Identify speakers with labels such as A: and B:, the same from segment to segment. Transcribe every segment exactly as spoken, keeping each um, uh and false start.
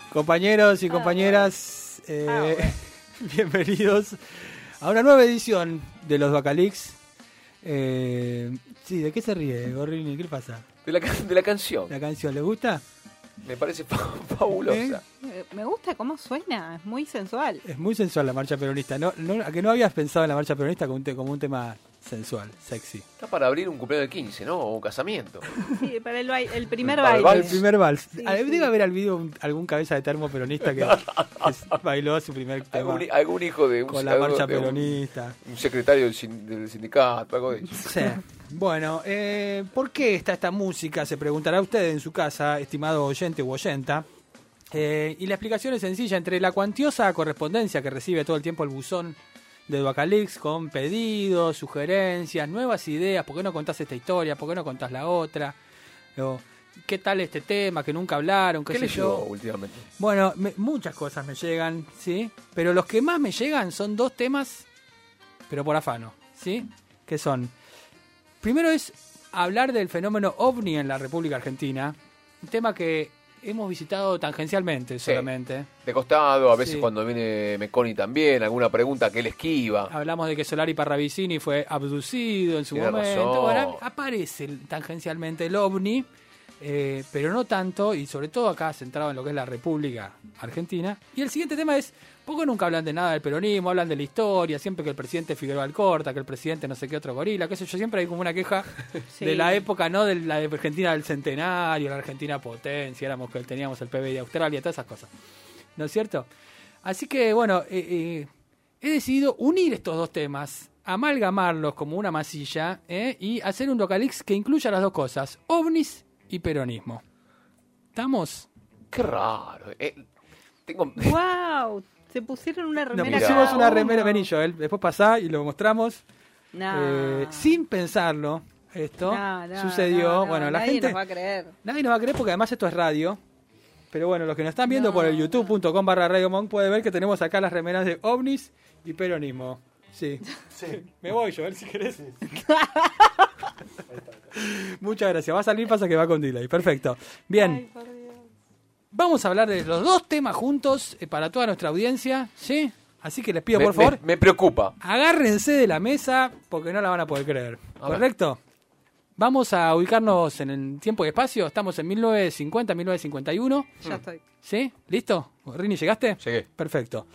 A: Compañeros y compañeras, eh, ah, bueno. bienvenidos a una nueva edición de los Bacalix. Eh, sí, ¿de qué se ríe, Gorrini? ¿Qué le pasa?
B: De la, de la canción.
A: ¿La canción le gusta?
B: Me parece fabulosa.
C: ¿Eh? Me gusta cómo suena, es muy sensual.
A: Es muy sensual la marcha peronista. No, no, ¿a que no habías pensado en la marcha peronista como un, te, como un tema sensual, sexy?
B: Está para abrir un cumpleaños de quince, ¿no? O un casamiento.
C: Sí, para el, baile, el primer
B: el
C: baile.
A: El primer vals.
C: Sí,
A: Debe
C: sí.
A: haber habido un, algún cabeza de termo peronista que, que bailó su primer tema.
B: ¿Algún, algún hijo de un
A: con la marcha
B: de un,
A: peronista.
B: Un secretario del, del sindicato, algo de eso.
A: Sí. Bueno, eh, ¿por qué está esta música? Se preguntará usted en su casa, estimado oyente u oyenta. Eh, y la explicación es sencilla. Entre la cuantiosa correspondencia que recibe todo el tiempo el buzón de Bacalix con pedidos, sugerencias, nuevas ideas, ¿por qué no contás esta historia? ¿Por qué no contás la otra? O, ¿qué tal este tema que nunca hablaron? ¿Qué,
B: ¿Qué
A: sé
B: le
A: yo?
B: llegó últimamente?
A: Bueno, me, muchas cosas me llegan, ¿sí? Pero los que más me llegan son dos temas, pero por afano, ¿sí? Que son... Primero es hablar del fenómeno ovni en la República Argentina, un tema que hemos visitado tangencialmente solamente.
B: Sí, de costado, a veces
A: Sí.
B: cuando viene Meconi también, alguna pregunta que él esquiva.
A: Hablamos de que Solari Parravicini fue abducido en su
B: Tiene
A: momento.
B: razón.
A: Bueno, aparece tangencialmente el ovni, eh, pero no tanto, y sobre todo acá centrado en lo que es la República Argentina. Y el siguiente tema es, ¿por qué nunca hablan de nada del peronismo? Hablan de la historia, siempre que el presidente Figueroa Alcorta, que el presidente no sé qué otro gorila, qué sé yo, siempre hay como una queja
C: Sí.
A: de la época, ¿no? De la Argentina del centenario, la Argentina potencia, éramos que teníamos el P B I de Australia, todas esas cosas. ¿No es cierto? Así que, bueno, eh, eh, he decidido unir estos dos temas, amalgamarlos como una masilla, ¿eh? Y hacer un Bacalix que incluya las dos cosas, ovnis y peronismo. ¿Estamos?
B: Qué raro. Eh, tengo...
C: ¡Wow! Se pusieron una
A: Nos
C: remera.
A: pusimos
C: cada
A: una
C: uno.
A: remera, vení Joel, después pasá y lo mostramos.
C: No.
A: Eh, sin pensarlo, esto
C: No, no,
A: sucedió.
C: no, no,
A: bueno, la
C: nadie
A: gente...
C: nos va a creer.
A: Nadie nos va a creer porque además esto es radio. Pero bueno, los que nos están viendo
C: No,
A: por el youtube punto com barra Radio Monk pueden ver que tenemos acá las remeras de ovnis y peronismo. Sí.
D: Sí.
A: Me voy, Joel, si querés. Sí, sí. Muchas gracias. Va a salir, pasa que va con delay. Perfecto. Bien.
C: Ay, por Dios.
A: Vamos a hablar de los dos temas juntos eh, para toda nuestra audiencia. ¿Sí? Así que les pido,
B: me,
A: por favor,
B: me, me preocupa.
A: agárrense de la mesa porque no la van a poder creer.
B: A ver.
A: ¿Correcto? Vamos a ubicarnos en el tiempo y espacio. Estamos en mil novecientos cincuenta, mil novecientos cincuenta y uno.
C: Ya estoy.
A: ¿Sí? ¿Listo? Rini, ¿llegaste?
B: Llegué.
A: Perfecto.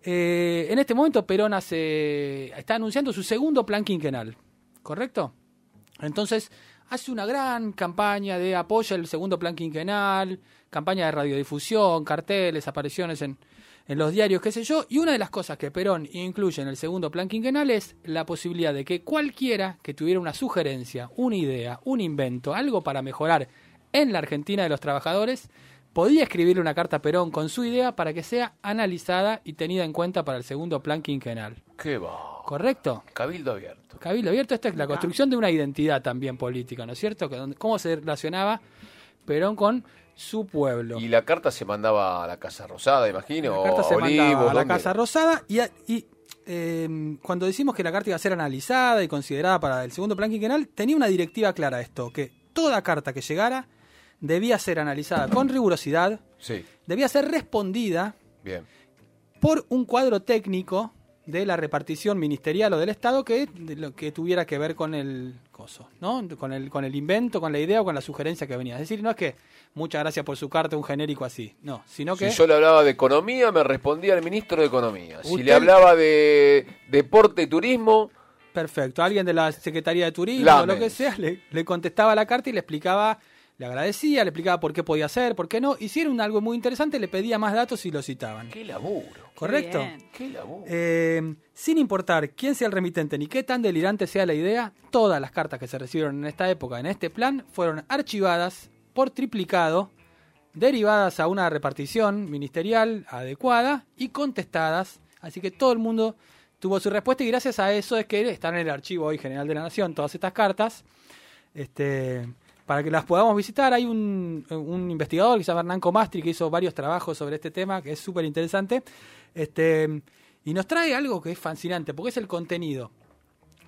A: Eh, en este momento Perón hace, está anunciando su segundo plan quinquenal. ¿Correcto? Entonces, hace una gran campaña de apoyo al segundo plan quinquenal, campaña de radiodifusión, carteles, apariciones en, en los diarios, qué sé yo. Y una de las cosas que Perón incluye en el segundo plan quinquenal es la posibilidad de que cualquiera que tuviera una sugerencia, una idea, un invento, algo para mejorar en la Argentina de los trabajadores, podía escribirle una carta a Perón con su idea para que sea analizada y tenida en cuenta para el segundo plan quinquenal.
B: Qué va.
A: ¿Correcto?
B: Cabildo abierto.
A: Cabildo abierto, esta es la construcción de una identidad también política, ¿no es cierto? Que donde, cómo se relacionaba Perón con su pueblo.
B: Y la carta se mandaba a la Casa Rosada, imagino.
A: La carta se
B: o
A: mandaba
B: Olivos,
A: a la
B: ¿dónde?
A: Casa Rosada y, a- y eh, cuando decimos que la carta iba a ser analizada y considerada para el segundo plan quinquenal, tenía una directiva clara esto, que toda carta que llegara debía ser analizada con rigurosidad,
B: Sí,
A: debía ser respondida
B: bien.
A: por un cuadro técnico de la repartición ministerial o del Estado que, de lo que tuviera que ver con el coso, ¿no? Con el, con el invento, con la idea o con la sugerencia que venía. Es decir, no es que muchas gracias por su carta, un genérico así, no, sino que...
B: Si yo le hablaba de economía, me respondía el ministro de Economía. Si
A: Usted-
B: le hablaba de deporte y turismo,
A: Perfecto, alguien de la Secretaría de Turismo o
B: Lames.
A: lo que sea, le, le contestaba la carta y le explicaba, le agradecía, le explicaba por qué podía hacer, por qué no, y si era un algo muy interesante le pedía más datos y lo citaban.
B: qué laburo,
A: ¿Correcto?
C: bien.
B: qué laburo.
A: Eh, sin importar quién sea el remitente ni qué tan delirante sea la idea, todas las cartas que se recibieron en esta época, en este plan, fueron archivadas por triplicado, derivadas a una repartición ministerial adecuada y contestadas. Así que todo el mundo tuvo su respuesta y gracias a eso es que están en el archivo hoy general de la Nación todas estas cartas. Este, para que las podamos visitar, hay un, un investigador que se llama Hernán Comastri que hizo varios trabajos sobre este tema, que es súper interesante. Este, y nos trae algo que es fascinante, porque es el contenido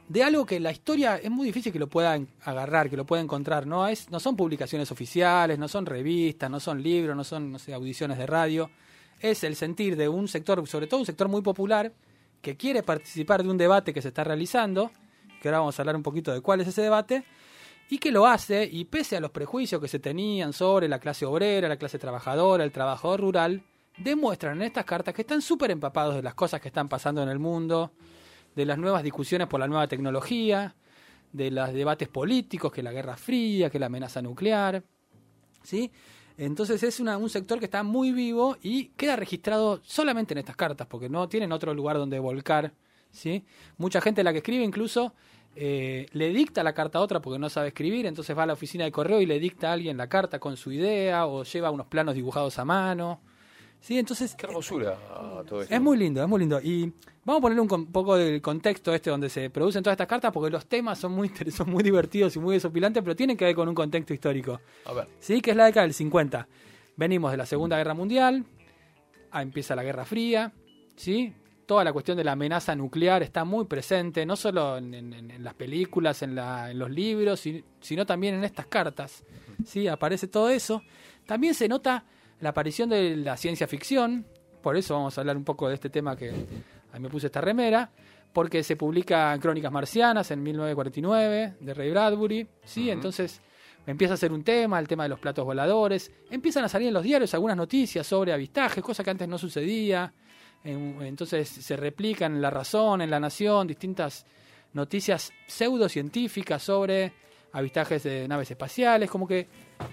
A: de algo que la historia es muy difícil que lo puedan agarrar, que lo puedan encontrar. No es, no son publicaciones oficiales, no son revistas, no son libros, no son, no sé, audiciones de radio. Es el sentir de un sector, sobre todo un sector muy popular, que quiere participar de un debate que se está realizando, que ahora vamos a hablar un poquito de cuál es ese debate, y que lo hace, y pese a los prejuicios que se tenían sobre la clase obrera, la clase trabajadora, el trabajador rural, demuestran en estas cartas que están súper empapados de las cosas que están pasando en el mundo, de las nuevas discusiones por la nueva tecnología, de los debates políticos, que la Guerra Fría, que la amenaza nuclear, ¿sí? Entonces es una, un sector que está muy vivo y queda registrado solamente en estas cartas, porque no tienen otro lugar donde volcar, ¿sí? Mucha gente la que escribe incluso eh, le dicta la carta a otra porque no sabe escribir, entonces va a la oficina de correo y le dicta a alguien la carta con su idea, o lleva unos planos dibujados a mano, ¿sí? Entonces,
B: qué hermosura todo esto.
A: Es muy lindo, es muy lindo. Y vamos a poner un, con, un poco del contexto este donde se producen todas estas cartas, porque los temas son muy, son muy divertidos y muy desopilantes, pero tienen que ver con un contexto histórico.
B: A ver.
A: Sí, que es la década del cincuenta. Venimos de la Segunda Guerra Mundial, ah, empieza la Guerra Fría, ¿sí? Toda la cuestión de la amenaza nuclear está muy presente, no solo en, en, en las películas, en, la, en los libros, sino también en estas cartas, ¿sí? Aparece todo eso. También se nota la aparición de la ciencia ficción, por eso vamos a hablar un poco de este tema que a mí me puse esta remera, porque se publica Crónicas Marcianas en mil novecientos cuarenta y nueve, de Ray Bradbury, ¿sí? Uh-huh. Entonces empieza a ser un tema, el tema de los platos voladores, empiezan a salir en los diarios algunas noticias sobre avistajes, cosa que antes no sucedía, entonces se replican en La Razón, en La Nación, distintas noticias pseudocientíficas sobre avistajes de naves espaciales, como que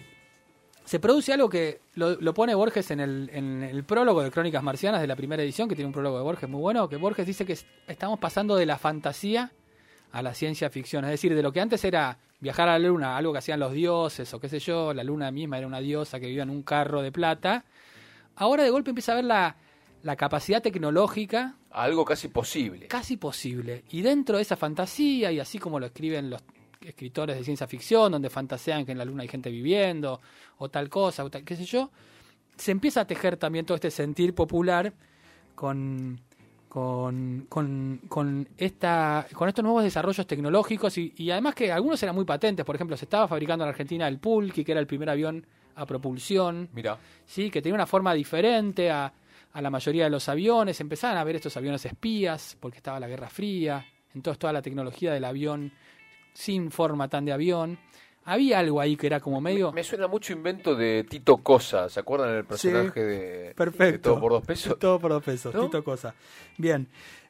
A: se produce algo que lo, lo pone Borges en el, en el prólogo de Crónicas Marcianas de la primera edición, que tiene un prólogo de Borges muy bueno, que Borges dice que estamos pasando de la fantasía a la ciencia ficción. Es decir, de lo que antes era viajar a la luna, algo que hacían los dioses o qué sé yo, la luna misma era una diosa que vivía en un carro de plata, ahora de golpe empieza a ver la, la capacidad tecnológica.
B: Algo casi posible.
A: Casi posible. Y dentro de esa fantasía, y así como lo escriben los escritores de ciencia ficción, donde fantasean que en la luna hay gente viviendo, o tal cosa, o tal, qué sé yo, se empieza a tejer también todo este sentir popular con, con, con, con, esta, con estos nuevos desarrollos tecnológicos, y, y además que algunos eran muy patentes. Por ejemplo, se estaba fabricando en Argentina el Pulqui, que era el primer avión a propulsión,
B: Mirá.
A: ¿sí? Que tenía una forma diferente a, a la mayoría de los aviones. Empezaban a ver estos aviones espías, porque estaba la Guerra Fría, entonces toda la tecnología del avión sin forma tan de avión. Había algo ahí que era como medio...
B: Me, me suena mucho invento de Tito Cosa. ¿Se acuerdan del personaje
A: sí,
B: de,
A: perfecto.
B: de Todo por dos pesos?
A: Todo por dos pesos, ¿no? Tito Cosa. Bien.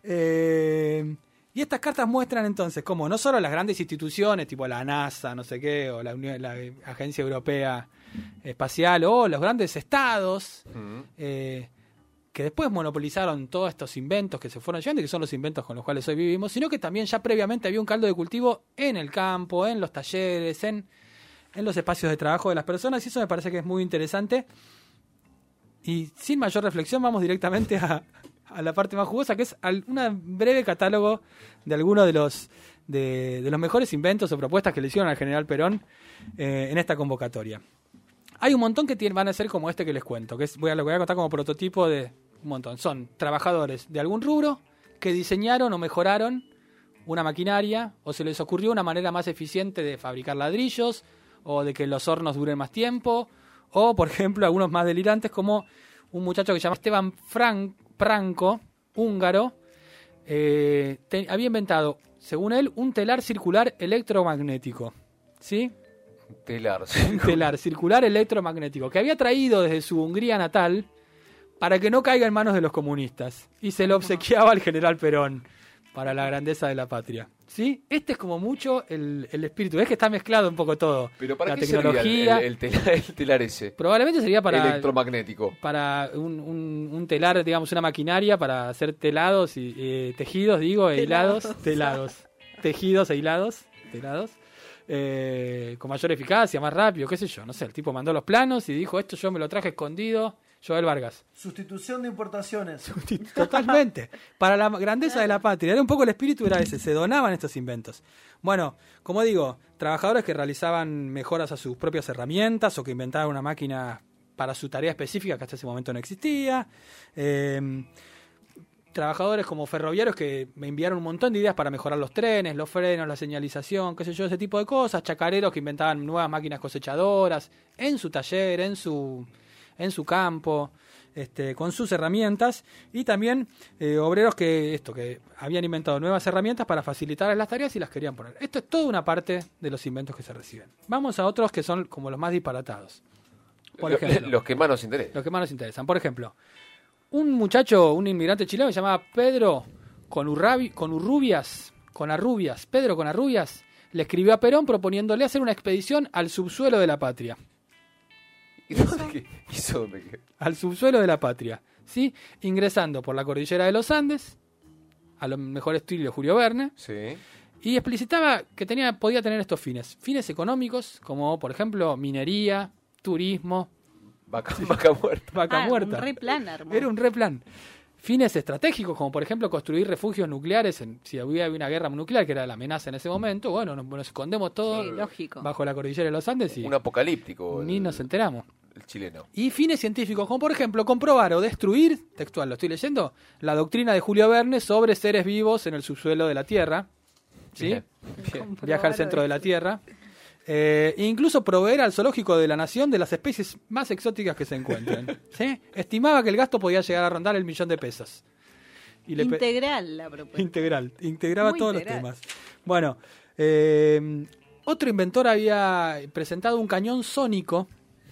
A: Eh, y estas cartas muestran entonces cómo no solo las grandes instituciones, tipo la NASA, no sé qué, o la, Unión, la Agencia Europea Espacial, o los grandes estados, uh-huh. eh, que después monopolizaron todos estos inventos que se fueron llevando y que son los inventos con los cuales hoy vivimos, sino que también ya previamente había un caldo de cultivo en el campo, en los talleres, en, en los espacios de trabajo de las personas, y eso me parece que es muy interesante. Y sin mayor reflexión vamos directamente a, a la parte más jugosa, que es un breve catálogo de algunos de los, de, de los mejores inventos o propuestas que le hicieron al general Perón eh, en esta convocatoria. Hay un montón que tienen, van a ser como este que les cuento, que es, voy a, lo voy a contar como prototipo de un montón. Son trabajadores de algún rubro que diseñaron o mejoraron una maquinaria, o se les ocurrió una manera más eficiente de fabricar ladrillos, o de que los hornos duren más tiempo, o, por ejemplo, algunos más delirantes, como un muchacho que se llama Esteban Fran- Franco, húngaro, eh, te, había inventado, según él, un telar circular electromagnético, ¿sí?
B: Telar,
A: un telar circular electromagnético que había traído desde su Hungría natal para que no caiga en manos de los comunistas, y se lo obsequiaba al general Perón para la grandeza de la patria. ¿Sí? Este es como mucho el, el espíritu. Es que está mezclado un poco todo.
B: ¿Pero para
A: la
B: qué
A: tecnología,
B: sería el, el, telar, el telar ese?
A: Probablemente sería para...
B: Electromagnético.
A: Para un, un, un telar, digamos, una maquinaria para hacer telados y eh, tejidos, digo, e hilados. Telados. Tejidos e hilados. Telados. Eh, con mayor eficacia, más rápido, qué sé yo, no sé, el tipo mandó los planos y dijo, esto yo me lo traje escondido, Joel Vargas.
D: Sustitución de importaciones.
A: Sustitu- Totalmente. Para la grandeza de la patria. Era un poco el espíritu, era ese, se donaban estos inventos. Bueno, como digo, trabajadores que realizaban mejoras a sus propias herramientas o que inventaban una máquina para su tarea específica que hasta ese momento no existía. Eh, trabajadores como ferroviarios que me enviaron un montón de ideas para mejorar los trenes, los frenos, la señalización, qué sé yo, ese tipo de cosas. Chacareros que inventaban nuevas máquinas cosechadoras en su taller, en su, en su campo, este, con sus herramientas. Y también eh, obreros que esto que habían inventado nuevas herramientas para facilitar las tareas y las querían poner. Esto es toda una parte de los inventos que se reciben. Vamos a otros que son como los más disparatados. Por
B: Lo-
A: ejemplo,
B: los que más nos interesan.
A: los que más nos interesan. Por ejemplo, un muchacho, un inmigrante chileno que se llamaba Pedro Conurrabi, Conurrubias, Conarrubias, Pedro Conarrubias, le escribió a Perón proponiéndole hacer una expedición al subsuelo de la patria.
B: ¿Y dónde qué? ¿Hizo dónde qué?
A: Al subsuelo de la patria, ¿sí? Ingresando por la cordillera de los Andes, a lo mejor estilo Julio Verne,
B: Sí.
A: y explicitaba que tenía, podía tener estos fines. Fines económicos, como por ejemplo minería, turismo,
B: Vaca, vaca muerta.
A: vaca
C: Ah,
A: muerta.
C: un re plan armó.
A: Era un re plan. Fines estratégicos, como por ejemplo construir refugios nucleares, en, si había una guerra nuclear, que era la amenaza en ese momento, bueno, nos, nos escondemos todos
C: Sí, lógico.
A: bajo la cordillera de los Andes y
B: Un apocalíptico.
A: ni
B: el-
A: nos enteramos.
B: El chileno.
A: Y fines científicos, como por ejemplo comprobar o destruir, textual, lo estoy leyendo, la doctrina de Julio Verne sobre seres vivos en el subsuelo de la Tierra. ¿Sí?
B: Bien, bien.
C: Comprobar
A: Viaja al
C: o
A: centro de la Tierra. Eh, e incluso proveer al zoológico de la nación de las especies más exóticas que se encuentren. ¿Sí? Estimaba que el gasto podía llegar a rondar el millón de pesos. Y le pe-
C: Integral la propuesta.
A: Integral, integraba
C: Muy
A: todos
C: integral.
A: los temas. Bueno, eh, otro inventor había presentado un cañón sónico,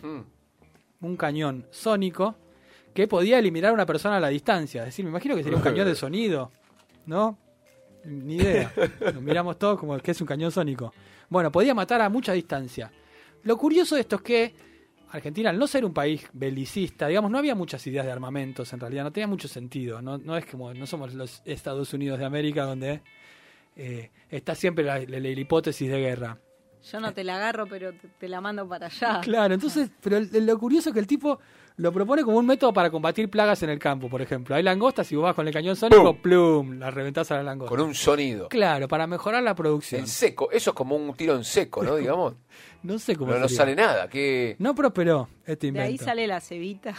B: Mm.
A: un cañón sónico, que podía eliminar a una persona a la distancia. Es decir, me imagino que sería un cañón de sonido, ¿no? Ni idea. Lo miramos todos como que es un cañón sónico. Bueno, podía matar a mucha distancia. Lo curioso de esto es que Argentina, al no ser un país belicista, digamos, no había muchas ideas de armamentos, en realidad, no tenía mucho sentido. No, no es como, no somos los Estados Unidos de América, donde eh, está siempre la, la- la hipótesis de guerra.
C: Yo no te la agarro, pero te, te la mando para allá.
A: Claro, entonces, pero el- lo curioso es que el tipo lo propone como un método para combatir plagas en el campo, por ejemplo. Hay langostas, si vos vas con el cañón sónico, plum, las reventás a la langosta.
B: Con un sonido.
A: Claro, para mejorar la producción.
B: En seco. Eso es como un tiro en seco, ¿no? Digamos.
A: No sé cómo
B: No, no
A: sería.
B: sale nada. ¿Qué?
A: No prosperó este
C: De ahí
A: invento.
C: sale la cebita.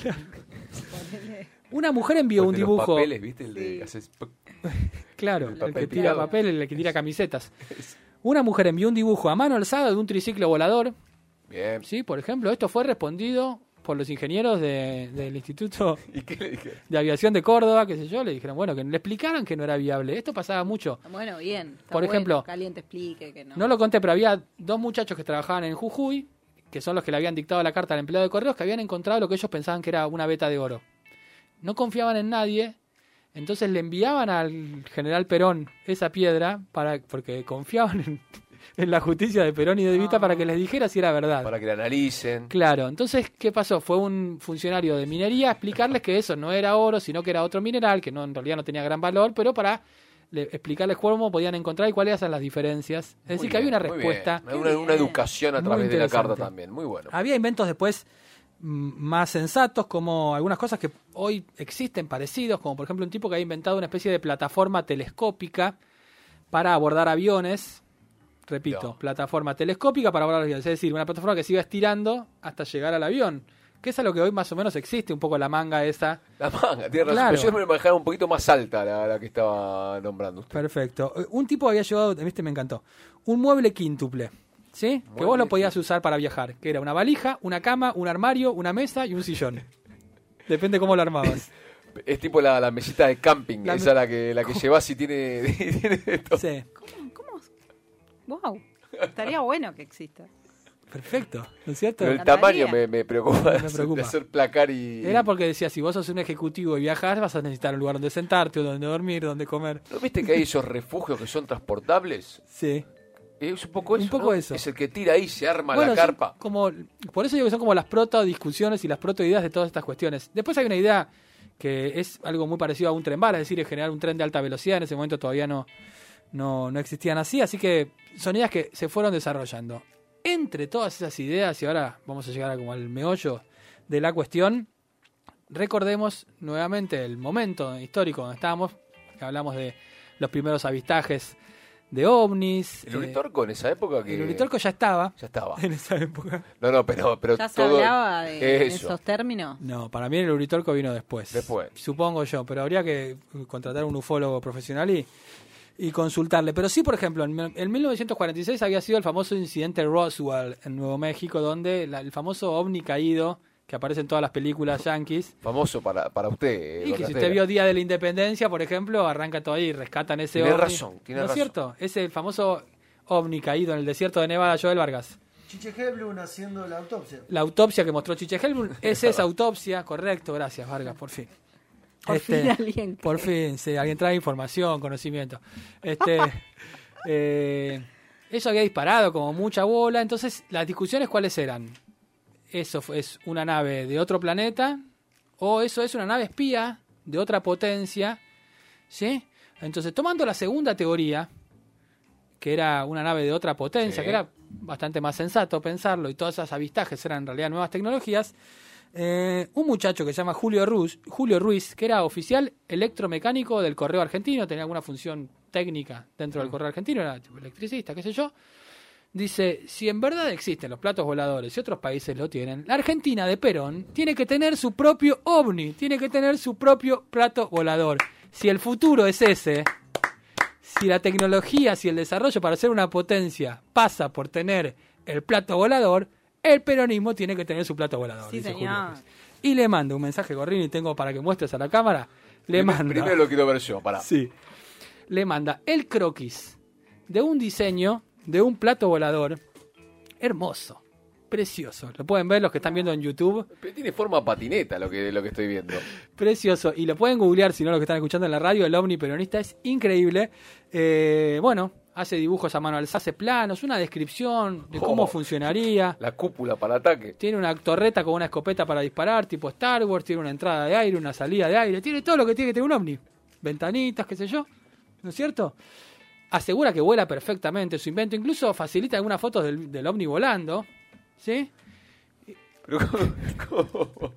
C: Ponele.
A: Una mujer envió un
B: de los
A: dibujo.
B: papeles, ¿viste? El de
C: Sí.
B: que haces...
A: Claro,
B: El
A: el,
B: papel
A: que tira
B: picado.
A: papel, el que tira camisetas. Una mujer envió un dibujo a mano alzada de un triciclo volador.
B: Bien.
A: Sí, por ejemplo, esto fue respondido por los ingenieros de- del Instituto
B: ¿Y qué le dije?
A: de Aviación de Córdoba, qué sé yo, le dijeron, bueno, que le explicaran que no era viable. Esto pasaba mucho.
C: Bueno, bien. está
A: Por
C: bueno,
A: ejemplo,
C: que alguien te explique que no.
A: No lo conté, pero había dos muchachos que trabajaban en Jujuy, que son los que le habían dictado la carta al empleado de correos, que habían encontrado lo que ellos pensaban que era una veta de oro. No confiaban en nadie, entonces le enviaban al general Perón esa piedra para porque confiaban en, en la justicia de Perón y de Evita
C: Ah.
A: para que les dijera si era verdad.
B: Para que la analicen.
A: Claro, entonces, ¿qué pasó? Fue un funcionario de minería a explicarles que eso no era oro, sino que era otro mineral, que no en realidad no tenía gran valor, pero para le- explicarles cómo podían encontrar y cuáles eran las diferencias. Es decir,
B: Muy
A: que había
B: bien,
A: una
B: muy
A: respuesta.
B: bien. Una, una educación a
A: Muy
B: través de la carta
A: interesante.
B: también. Muy bueno.
A: Había inventos después mm, más sensatos, como algunas cosas que hoy existen parecidos, como por ejemplo un tipo que había inventado una especie de plataforma telescópica para abordar aviones. Repito,
B: No.
A: plataforma telescópica para abordar aviones. Es decir, una plataforma que se iba estirando hasta llegar al avión. Que es a lo que hoy más o menos existe, un poco la manga esa.
B: La manga, tiene razón.
A: Claro.
B: Pero yo me manejaba un poquito más alta la, la que estaba nombrando usted.
A: Perfecto. Un tipo había llevado, este me encantó, un mueble quíntuple. ¿Sí? Que vos
B: Mueble
A: lo podías usar para viajar. Que era una valija, una cama, un armario, una mesa y un sillón. Depende cómo lo armabas.
B: Es tipo la, la mesita de camping,
A: La
B: esa
A: me-
B: la que la que llevas y tiene, tiene de todo.
A: Sí.
C: ¿Cómo? ¿Cómo? Wow. Estaría bueno que exista.
A: Perfecto, ¿no es cierto?
B: Pero el
C: encantaría.
B: tamaño me, me preocupa, de
A: Me
B: hacer-
A: preocupa.
B: de hacer placar y...
A: Era porque decía, si vos sos un ejecutivo y viajás, vas a necesitar un lugar donde sentarte, o donde dormir, donde comer.
B: ¿No viste que hay esos refugios que son transportables?
A: Sí.
B: Es un poco
A: Un
B: eso,
A: poco
B: ¿no?
A: eso.
B: Es el que tira ahí, se arma
A: Bueno,
B: la
A: son
B: carpa.
A: como, por eso digo que son como las proto discusiones y las proto ideas de todas estas cuestiones. Después hay una idea que es algo muy parecido a un tren bala, es decir, es generar un tren de alta velocidad. En ese momento todavía no, no, no existían así, así que son ideas que se fueron desarrollando. Entre todas esas ideas, y ahora vamos a llegar a como al meollo de la cuestión, recordemos nuevamente el momento histórico donde estábamos, que hablamos de los primeros avistajes de ovnis.
B: ¿El Uritorco en esa época? Que...
A: El Uritorco ya estaba.
B: Ya estaba.
A: En esa época.
B: No, no, pero, pero
C: ¿Ya se
B: todo...
C: hablaba de
B: Eso.
C: esos términos?
A: No, para mí el Uritorco vino después.
B: Después.
A: Supongo yo, pero habría que contratar un ufólogo profesional y, y consultarle. Pero sí, por ejemplo, en, en mil novecientos cuarenta y seis había sido el famoso incidente Roswell en Nuevo México, donde la, el famoso ovni caído que aparece en todas las películas yanquis.
B: Famoso para, para usted.
A: Y
B: don
A: que si
B: Ratera.
A: usted vio Día de la Independencia, por ejemplo, arranca todo ahí y rescatan ese
B: Tiene
A: ovni.
B: razón, tiene
A: ¿No es
B: razón.
A: cierto? Ese famoso ovni caído en el desierto de Nevada, Joel Vargas.
D: Chiche Helblum haciendo la autopsia.
A: La autopsia que mostró Chiche Helblum es esa autopsia, correcto, gracias Vargas, por fin.
C: Por
A: Este,
C: fin alguien que-
A: Por fin, sí, alguien trae información, conocimiento. Este, eh, eso había disparado como mucha bola, entonces las discusiones cuáles eran. Eso fue- es una nave de otro planeta o eso es una nave espía de otra potencia, ¿sí? Entonces, tomando la segunda teoría, que era una nave de otra potencia,
B: Sí.
A: que era bastante más sensato pensarlo, y todas esas avistajes eran en realidad nuevas tecnologías, eh, un muchacho que se llama Julio Ruiz, Julio Ruiz, que era oficial electromecánico del Correo Argentino, tenía alguna función técnica dentro del Correo Argentino, era tipo electricista, qué sé yo, dice, si en verdad existen los platos voladores y otros países lo tienen, la Argentina de Perón tiene que tener su propio ovni, tiene que tener su propio plato volador. Si el futuro es ese, si la tecnología, si el desarrollo para ser una potencia pasa por tener el plato volador, el peronismo tiene que tener su plato volador.
C: Sí,
A: dice
C: señor.
A: Julio Ruiz. Y le mando un mensaje, Gorrini, tengo para que muestres a la cámara. Le
B: Primero-
A: manda.
B: Primero lo quiero ver yo, pará.
A: Sí. Le manda el croquis de un diseño de un plato volador hermoso, precioso. Lo pueden ver los que están viendo en YouTube.
B: Pero tiene forma patineta lo que, lo que estoy viendo.
A: Precioso. Y lo pueden googlear, si no los que están escuchando en la radio, el ovni peronista es increíble. Eh, bueno, hace dibujos a mano alzada, hace planos, una descripción de cómo
B: Oh.
A: funcionaría.
B: La cúpula para ataque.
A: Tiene una torreta con una escopeta para disparar, tipo Star Wars, tiene una entrada de aire, una salida de aire, tiene todo lo que tiene que tener un ovni. Ventanitas, qué sé yo, ¿no es cierto? Asegura que vuela perfectamente su invento, incluso facilita algunas fotos del, del ovni volando, ¿sí?
B: Pero ¿cómo, cómo,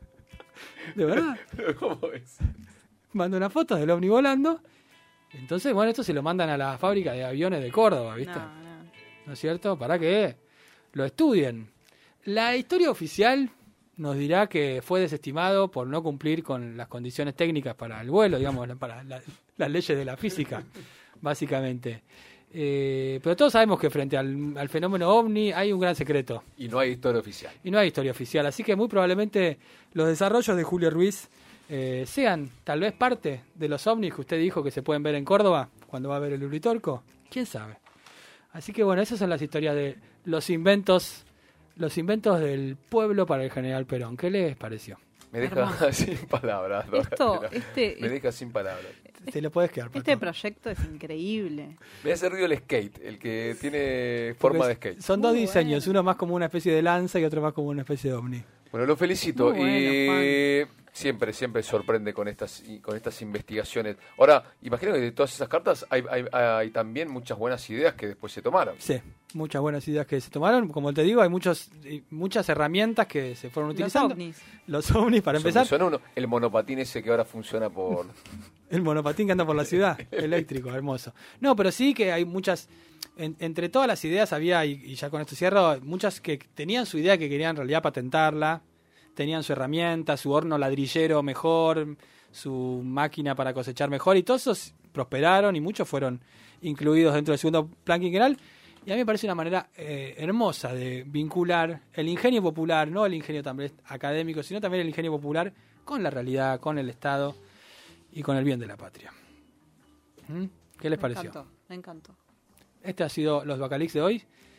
A: De verdad,
B: pero cómo es?
A: manda una foto del ovni volando. Entonces, bueno, esto se lo mandan a la fábrica de aviones de Córdoba, ¿viste?
C: No, no.
A: ¿No es cierto? Para que lo estudien. La historia oficial nos dirá que fue desestimado por no cumplir con las condiciones técnicas para el vuelo, digamos, para la- las leyes de la física, básicamente. Eh, pero todos sabemos que frente al, al fenómeno ovni hay un gran secreto
B: Y no hay historia oficial.
A: y no hay historia oficial, así que muy probablemente los desarrollos de Julio Ruiz eh, sean tal vez parte de los ovnis que usted dijo que se pueden ver en Córdoba cuando va a ver el Uritorco, quién sabe. Así que bueno, esas son las historias de los inventos, los inventos del pueblo para el general Perón. ¿Qué les pareció?
B: Me deja
C: Hermoso.
B: sin palabras. don
C: Esto,
B: Ratera.
C: este,
B: Me deja sin palabras.
A: Te lo puedes quedar,
C: este
A: Pato.
C: proyecto es increíble.
B: Me hace ruido el skate, el que tiene
A: Porque
B: forma de
A: es-
B: skate.
A: Son dos
C: Muy
A: diseños,
C: bueno.
A: uno más como una especie de lanza y otro más como una especie de ovni.
B: Bueno, lo felicito
C: Muy bueno,
B: y siempre, siempre sorprende con estas con estas investigaciones. Ahora, imagino que de todas esas cartas hay, hay, hay también muchas buenas ideas que después se tomaron.
A: Sí, muchas buenas ideas que se tomaron. Como te digo, hay muchos, y muchas herramientas que se fueron
C: Los
A: utilizando.
C: ovnis.
A: Los ovnis, para
B: Son-
A: empezar.
B: son uno. El monopatín ese que ahora funciona por...
A: El monopatín que anda por la ciudad, eléctrico, hermoso. No, pero sí que hay muchas, en- entre todas las ideas había, y, y ya con esto cierro, muchas que tenían su idea que querían en realidad patentarla, tenían su herramienta, su horno ladrillero mejor, su máquina para cosechar mejor, y todos esos prosperaron y muchos fueron incluidos dentro del segundo plan quinquenal. Y a mí me parece una manera eh, hermosa de vincular el ingenio popular, no el ingenio también académico, sino también el ingenio popular con la realidad, con el Estado y con el bien de la patria. ¿Mm? ¿Qué les
C: Me
A: pareció?
C: encantó, me encantó.
A: Este ha sido los Bacalix de hoy.